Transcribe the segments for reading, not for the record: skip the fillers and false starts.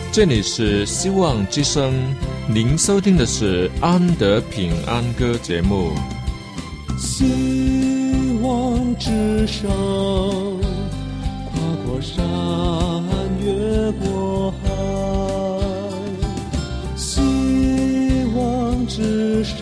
这里是希望之声，您收听的是安德平安歌节目。 希望之声，跨过山，越过海。希望之声，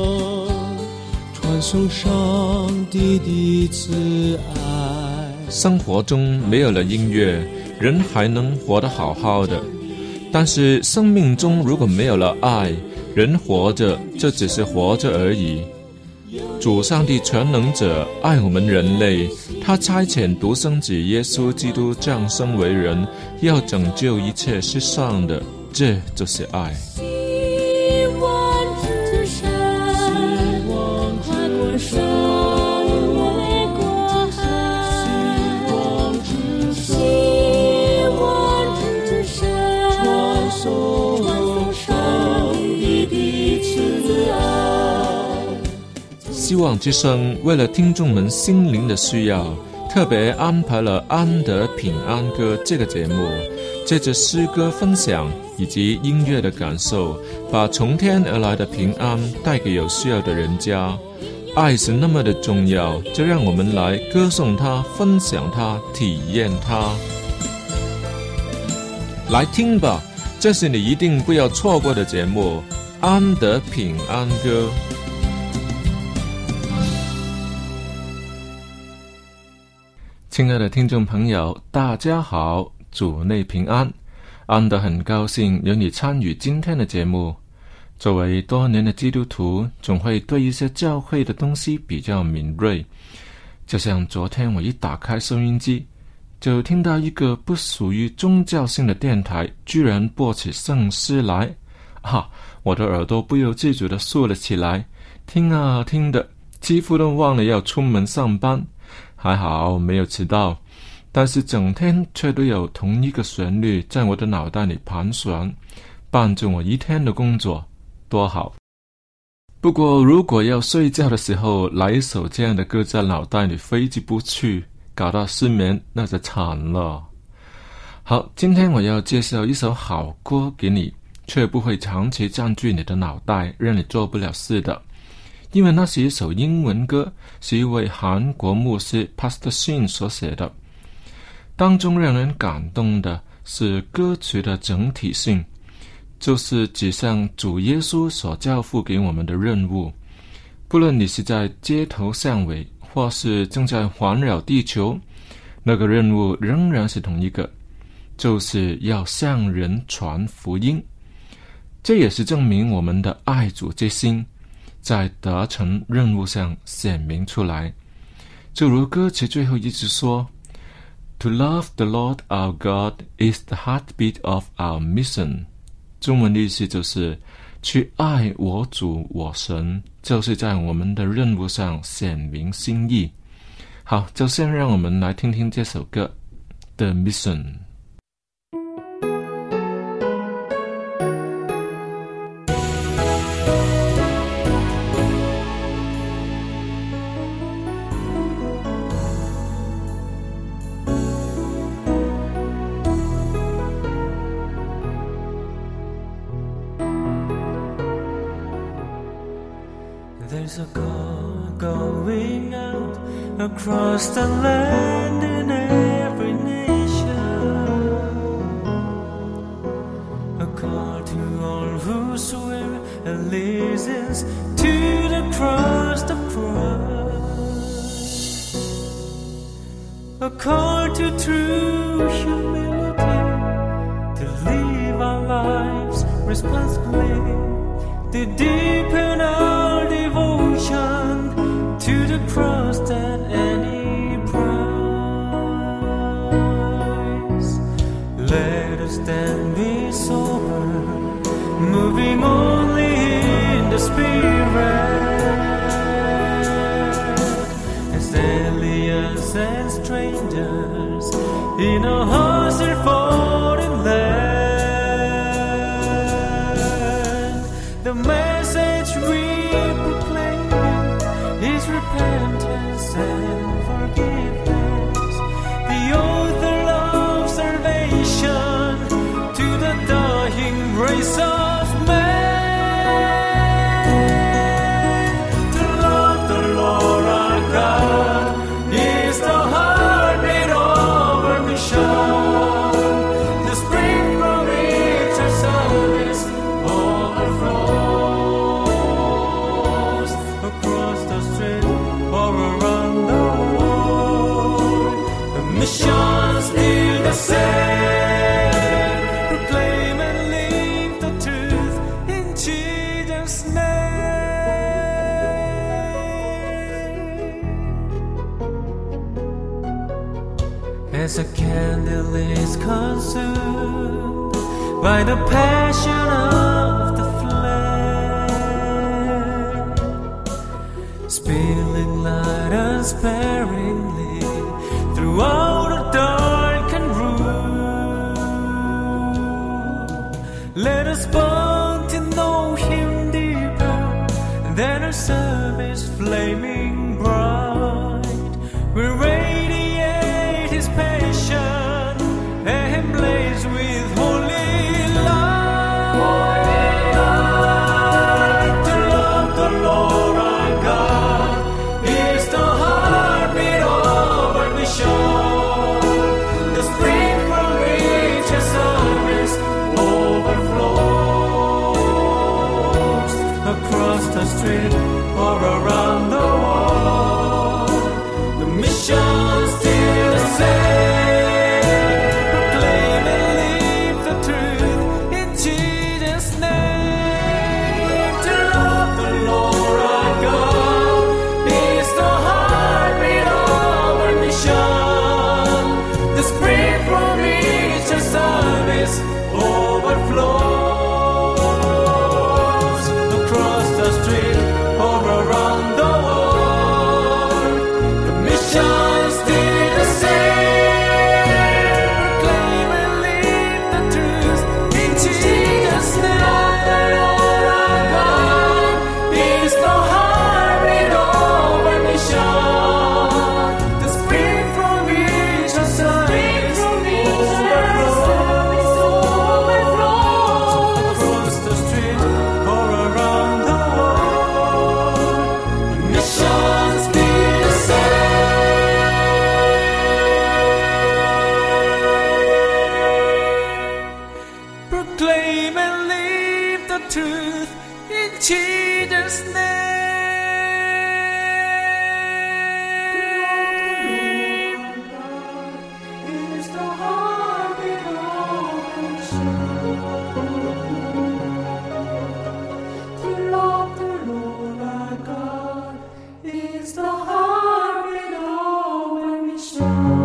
传送上帝的慈爱。 生活中没有了音乐，人还能活得好好的。但是生命中如果没有了爱，人活着就只是活着而已。主上帝全能者爱我们人类，他差遣独生子耶稣基督降生为人，要拯救一切世上的，这就是爱。 希望之声，跨过山，越过海。希望之声，传送上帝的慈爱。 希望之声为了听众们心灵的需要，特别安排了安德平安歌这个节目，借着诗歌分享以及音乐的感受，把从天而来的平安带给有需要的人家。爱是那么的重要，就让我们来歌颂它，分享它，体验它。来听吧，这是你一定不要错过的节目，安德平安歌。亲爱的听众朋友，大家好，主内平安。安德很高兴有你参与今天的节目。作为多年的基督徒，总会对一些教会的东西比较敏锐。就像昨天我一打开收音机，就听到一个不属于宗教性的电台居然播起圣诗来，我的耳朵不由自主地竖了起来，听啊听的，几乎都忘了要出门上班。还好没有迟到，但是整天却都有同一个旋律在我的脑袋里盘旋，伴着我一天的工作，多好。不过如果要睡觉的时候来一首这样的歌在脑袋里挥之不去，搞到失眠，那就惨了。好，今天我要介绍一首好歌给你，却不会长期占据你的脑袋，让你做不了事的。因为那是一首英文歌，是一位韩国牧师 Pastor Shin 所写的。当中让人感动的是歌曲的整体性，就是指向主耶稣所交付给我们的任务。不论你是在街头巷尾，或是正在环绕地球，那个任务仍然是同一个，就是要向人传福音。这也是证明我们的爱主之心在达成任务上显明出来。就如歌词最后一句说， To love the Lord our God is the heartbeat of our mission。 中文的意思就是去爱我主我神，就是在我们的任务上显明心意。好，就先让我们来听听这首歌 The Mission。There's a call going out across the land in every nation, a call to all who swear allegiance to the cross of Christ, a call to true humility, to live our lives responsibly, to deepen our devotion to the cross at any price. Let us then be sober, moving only in the Spirit, as aliens and strangers in a hostile foreign land. The message we proclaim is repentance and forgiveness, the author of salvation to the race of man. To love the Lord our God is the heartbeat of our mission. The spring from which our service overflows across the street or around the world. The mission's still the same. Proclaim and live the truth in Jesus' name. As a candle is consumed by the passion of the flame, spilling light unsparingly throughout a darkened room. Let us burn to know Him deeper than our service flaming bright. We radiate His passion and blaze with holy light. To love the Lord our God is the heartbeat of our mission. The spring from which our service overflows across the street or around the world. The mission's still the same. Proclaim and live the truth in Jesus' name. To love the Lord our God is the heartbeat of our mission. The spring from which our service overflows across the street or around the world. The mission's still the same. Proclaim and live the truth in Jesus' name. The Lord our God is the heartbeat of our mission. The spring from which our service overflows across the street or around the world. The mission's still the same. Proclaim and live the truth in Jesus' name. Is the heartbeat of our mission. To love the Lord our God is the heartbeat of our mission.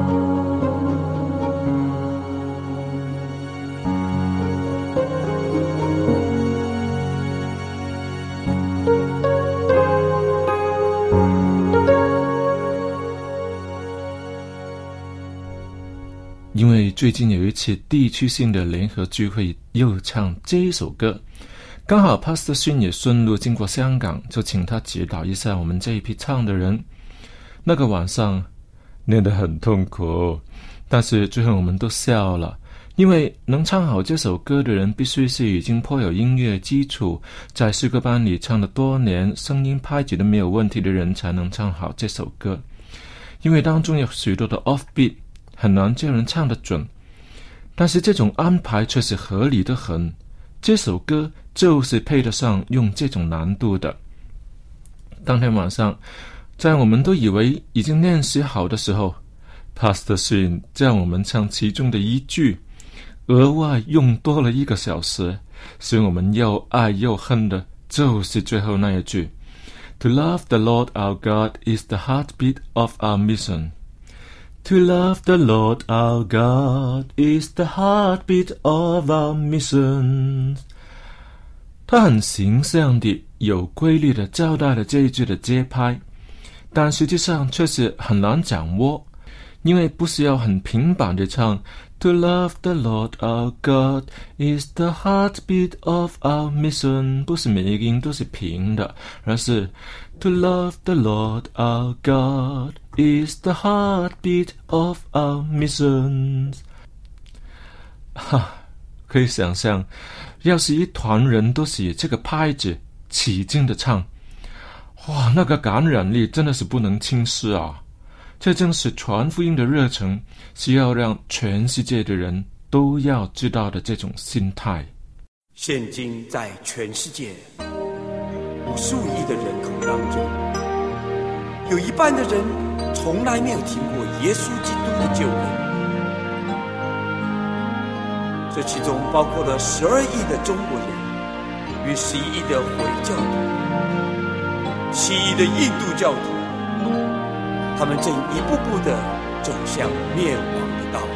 因为最近有一次地区性的联合聚会，又唱这一首歌，刚好 Pastor 勋也顺路经过香港，就请他指导一下我们这一批唱的人。那个晚上练得很痛苦，但是最后我们都笑了，因为能唱好这首歌的人必须是已经颇有音乐基础，在诗歌班里唱了多年，声音拍子都没有问题的人才能唱好这首歌，因为当中有许多的 offbeat， 很难叫人唱得准，但是这种安排却是合理的很，这首歌就是配得上用这种难度的。当天晚上在我们都以为已经练习好的时候， Pastor Shin 叫我们唱其中的一句，额外用多了1个小时，使我们又爱又恨的就是最后那一句， To love the Lord our God is the heartbeat of our mission. To love the Lord our God is the heartbeat of our mission. 他很形象地有规律地交代了这一句的节拍，但实际上却是很难掌握，因为不是要很平板地唱 To love the Lord our God is the heartbeat of our mission， 不是每一个音都是平的，而是 To love the Lord our God is the heartbeat of our mission。 可以想象，要是一团人都写这个拍子，起劲的唱，哇，那个感染力真的是不能轻视啊！这正是传福音的热忱，是要让全世界的人都要知道的这种心态。 现今在全世界55亿的人口当中，有一半的人从来没有听过耶稣基督的救恩。这其中包括了12亿的中国人与11亿的回教徒，7亿的印度教徒，他们正一步步地走向灭亡的道路。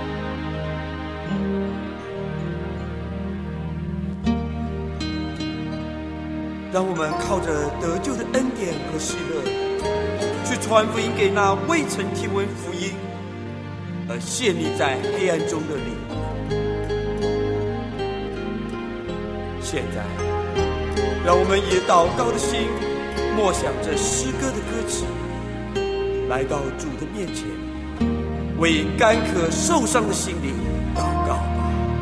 让我们靠着得救的恩典和喜乐，去传福音给那未曾听闻福音而陷溺在黑暗中的灵魂。现在，让我们以祷告的心，默想这诗歌的歌词，来到主的面前，为干渴受伤的心灵祷告吧。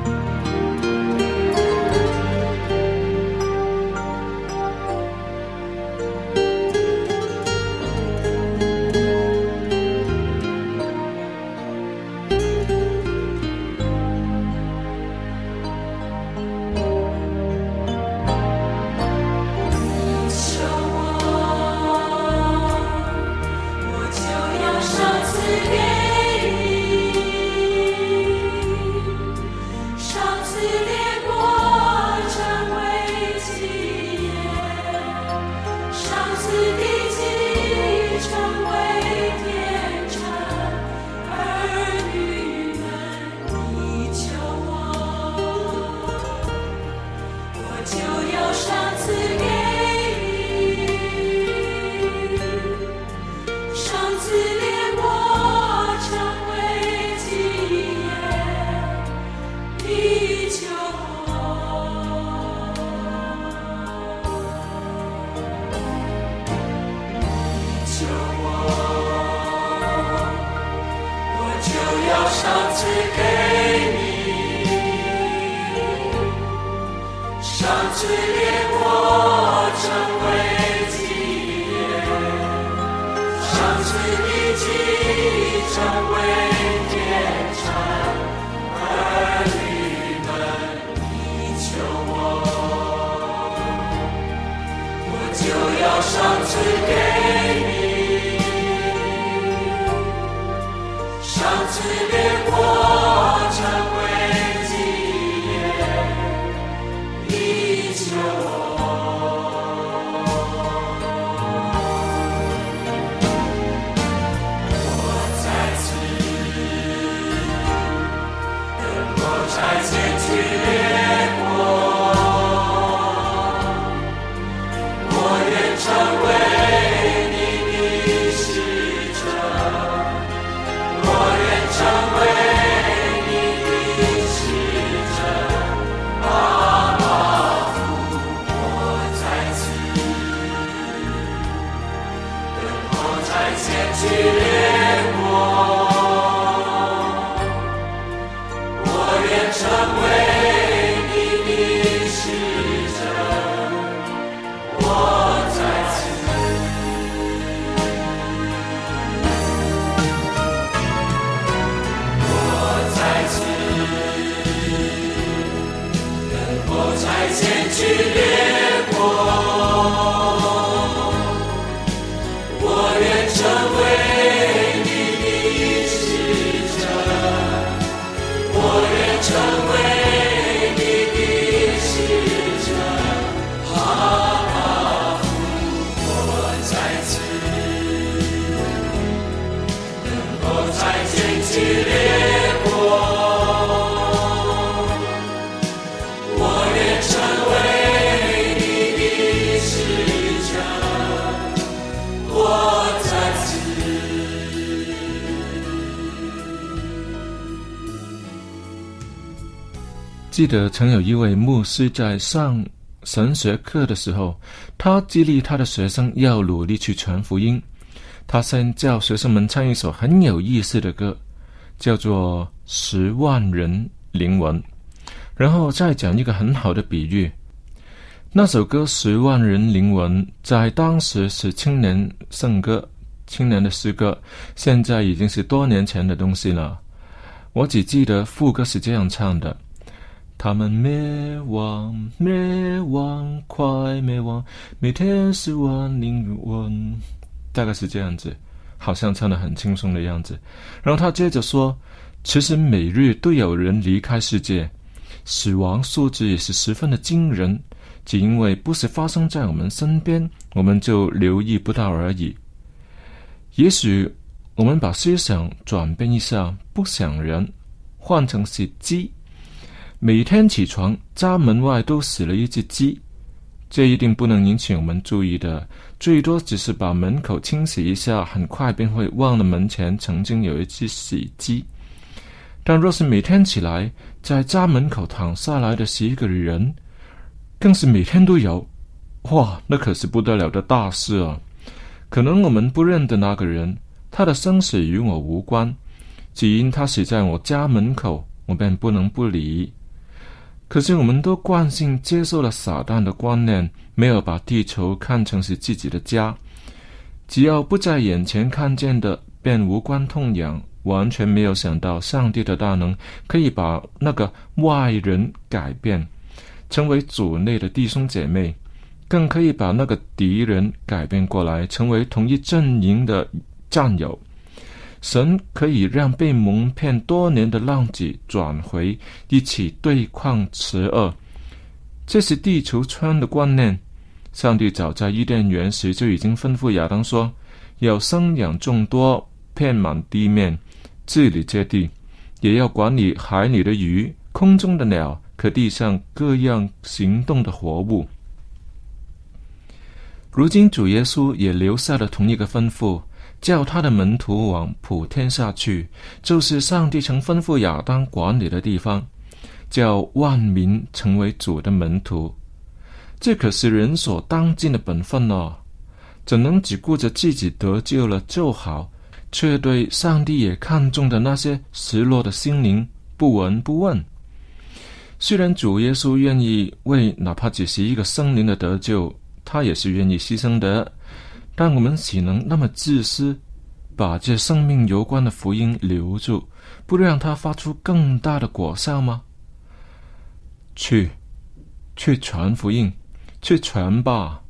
记得曾有一位牧师在上神学课的时候，他激励他的学生要努力去传福音。他先叫学生们唱一首很有意思的歌，叫做《10万人灵魂》， 然后再讲一个很好的比喻。那首歌10万人灵魂在当时是青年圣歌，青年的诗歌，现在已经是多年前的东西了。我只记得副歌是这样唱的：他们灭亡，灭亡，快灭亡，每天10万灵魂，大概是这样子，好像唱得很轻松的样子。然后他接着说，其实每日都有人离开世界，死亡数字也是十分的惊人，只因为不是发生在我们身边，我们就留意不到而已。也许我们把思想转变一下，不想人，换成是鸡。每天起床，家门外都死了一只鸡，这一定不能引起我们注意的，最多只是把门口清洗一下，很快便会忘了门前曾经有一只死鸡。但若是每天起来，在家门口躺下来的是一个人，更是每天都有，哇，那可是不得了的大事啊！可能我们不认得那个人，他的生死与我无关，只因他死在我家门口，我便不能不理。可是我们都惯性接受了撒旦的观念，没有把地球看成是自己的家，只要不在眼前看见的，便无关痛痒，完全没有想到上帝的大能可以把那个外人改变成为主内的弟兄姐妹，更可以把那个敌人改变过来，成为同一阵营的战友。神可以让被蒙骗多年的浪子转回，一起对抗邪恶。这是地球村的观念。上帝早在伊甸园时就已经吩咐亚当说，要生养众多，遍满地面，治理这地，也要管理海里的鱼，空中的鸟，和地上各样行动的活物。如今主耶稣也留下了同一个吩咐，叫他的门徒往普天下去，就是上帝曾吩咐亚当管理的地方，叫万民成为主的门徒。这可是人所当尽的本分哦，怎能只顾着自己得救了就好，却对上帝也看重的那些失落的心灵不闻不问？虽然主耶稣愿意为哪怕只是一个生灵的得救，他也是愿意牺牲的，但我们岂能那么自私，把这生命有关的福音留住，不让它发出更大的果效吗？去传福音，去传吧。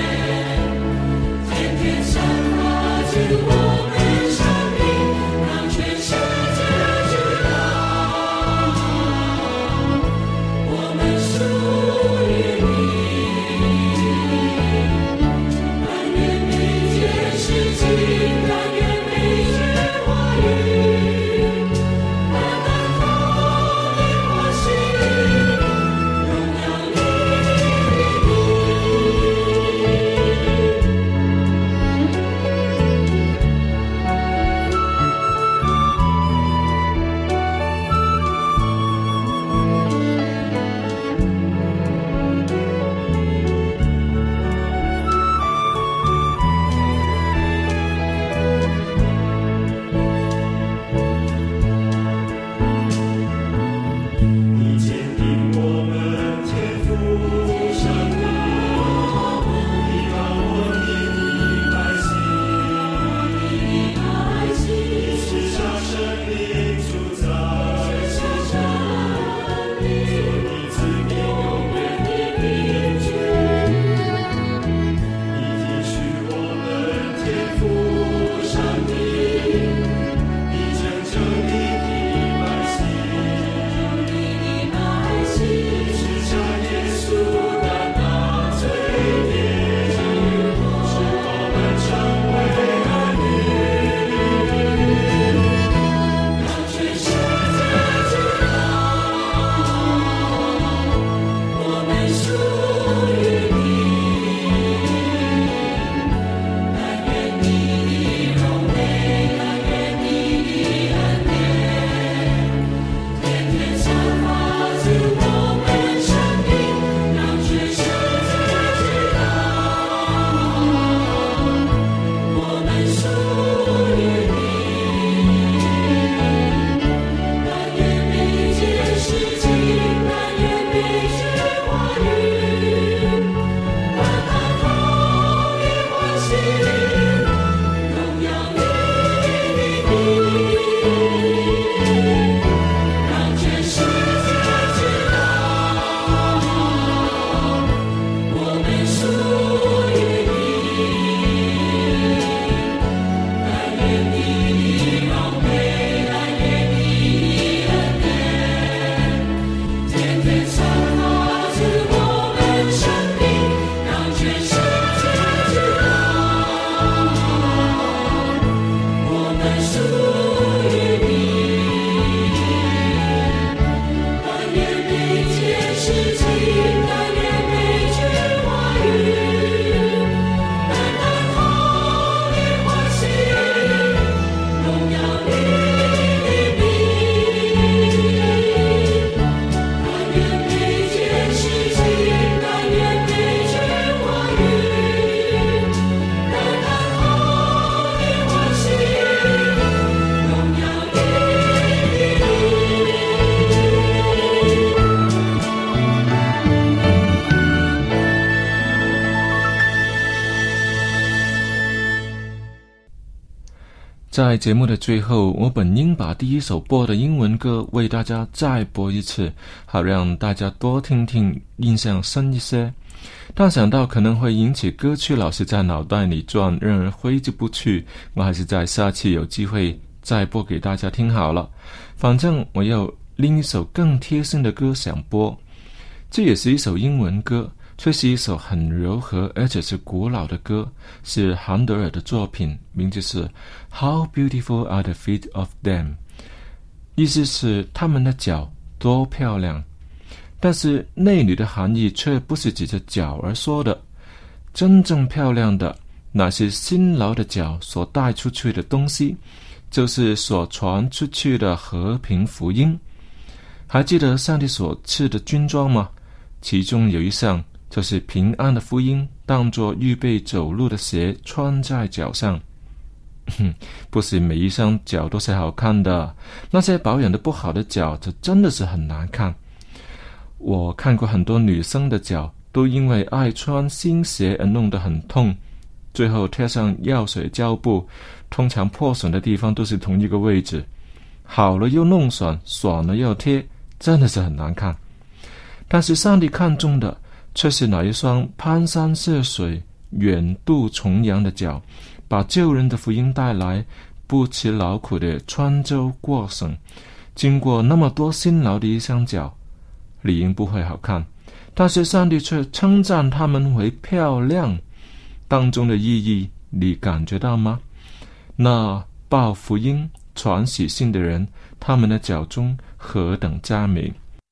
我们生命。 在节目的最后，我本应把第一首播的英文歌为大家再播一次，好让大家多听听，印象深一些。但想到可能会引起歌曲老是在脑袋里转，让人挥之不去，我还是在下期有机会再播给大家听好了。反正我有另一首更贴心的歌想播，这也是一首英文歌，却是一首很柔和而且是古老的歌，是韩德尔的作品，名字是 How Beautiful Are the Feet of Them， 意思是他们的脚多漂亮。但是内里的含义却不是指着脚而说的，真正漂亮的那是辛劳的脚所带出去的东西，就是所传出去的和平福音。还记得上帝所赐的军装吗？其中有一项就是平安的福音，当作预备走路的鞋穿在脚上。不是每一双脚都是好看的，那些保养的不好的脚就真的是很难看。我看过很多女生的脚都因为爱穿新鞋而弄得很痛，最后贴上药水胶布，通常破损的地方都是同一个位置，好了又弄损，损了又贴，真的是很难看。但是上帝看重的却是哪一双攀山涉水远渡重洋的脚，把救人的福音带来，不辞劳苦的穿州过省，经过那么多辛劳的一双脚，理应不会好看，但是上帝却称赞他们为漂亮，当中的意义你感觉到吗？那报福音传喜信的人，他们的脚中何等佳美。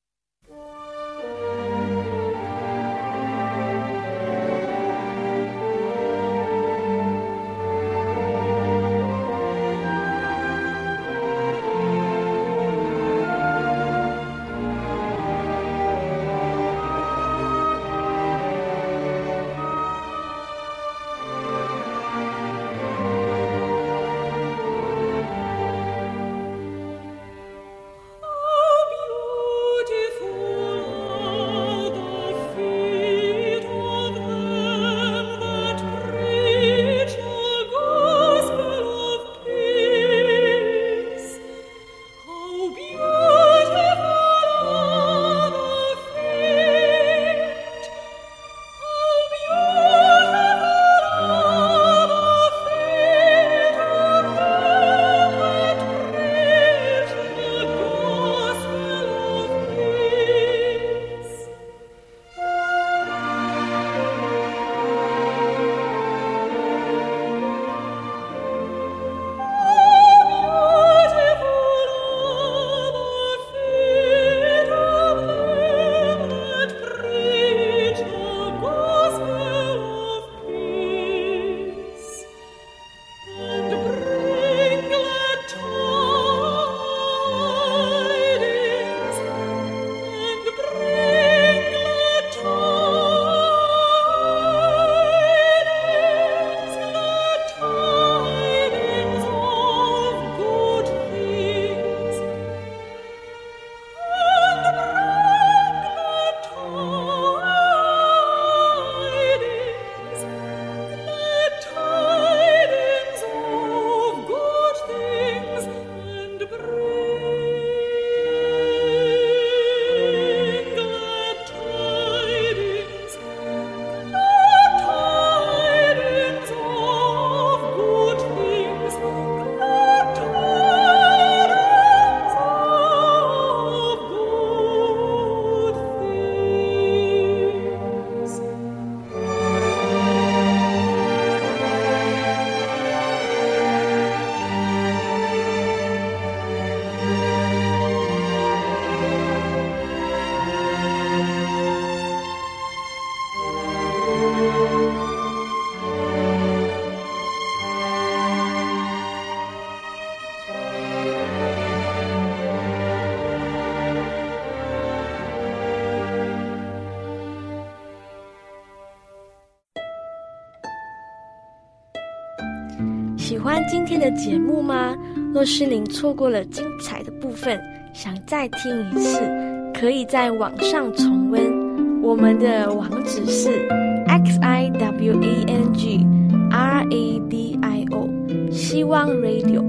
喜欢今天的节目吗？若是您错过了精彩的部分，想再听一次，可以在网上重温。我们的网址是 xiwangradio 希望 radio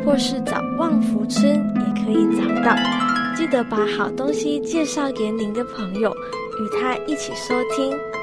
或是找旺福村也可以找到。记得把好东西介绍给您的朋友，与他一起收听。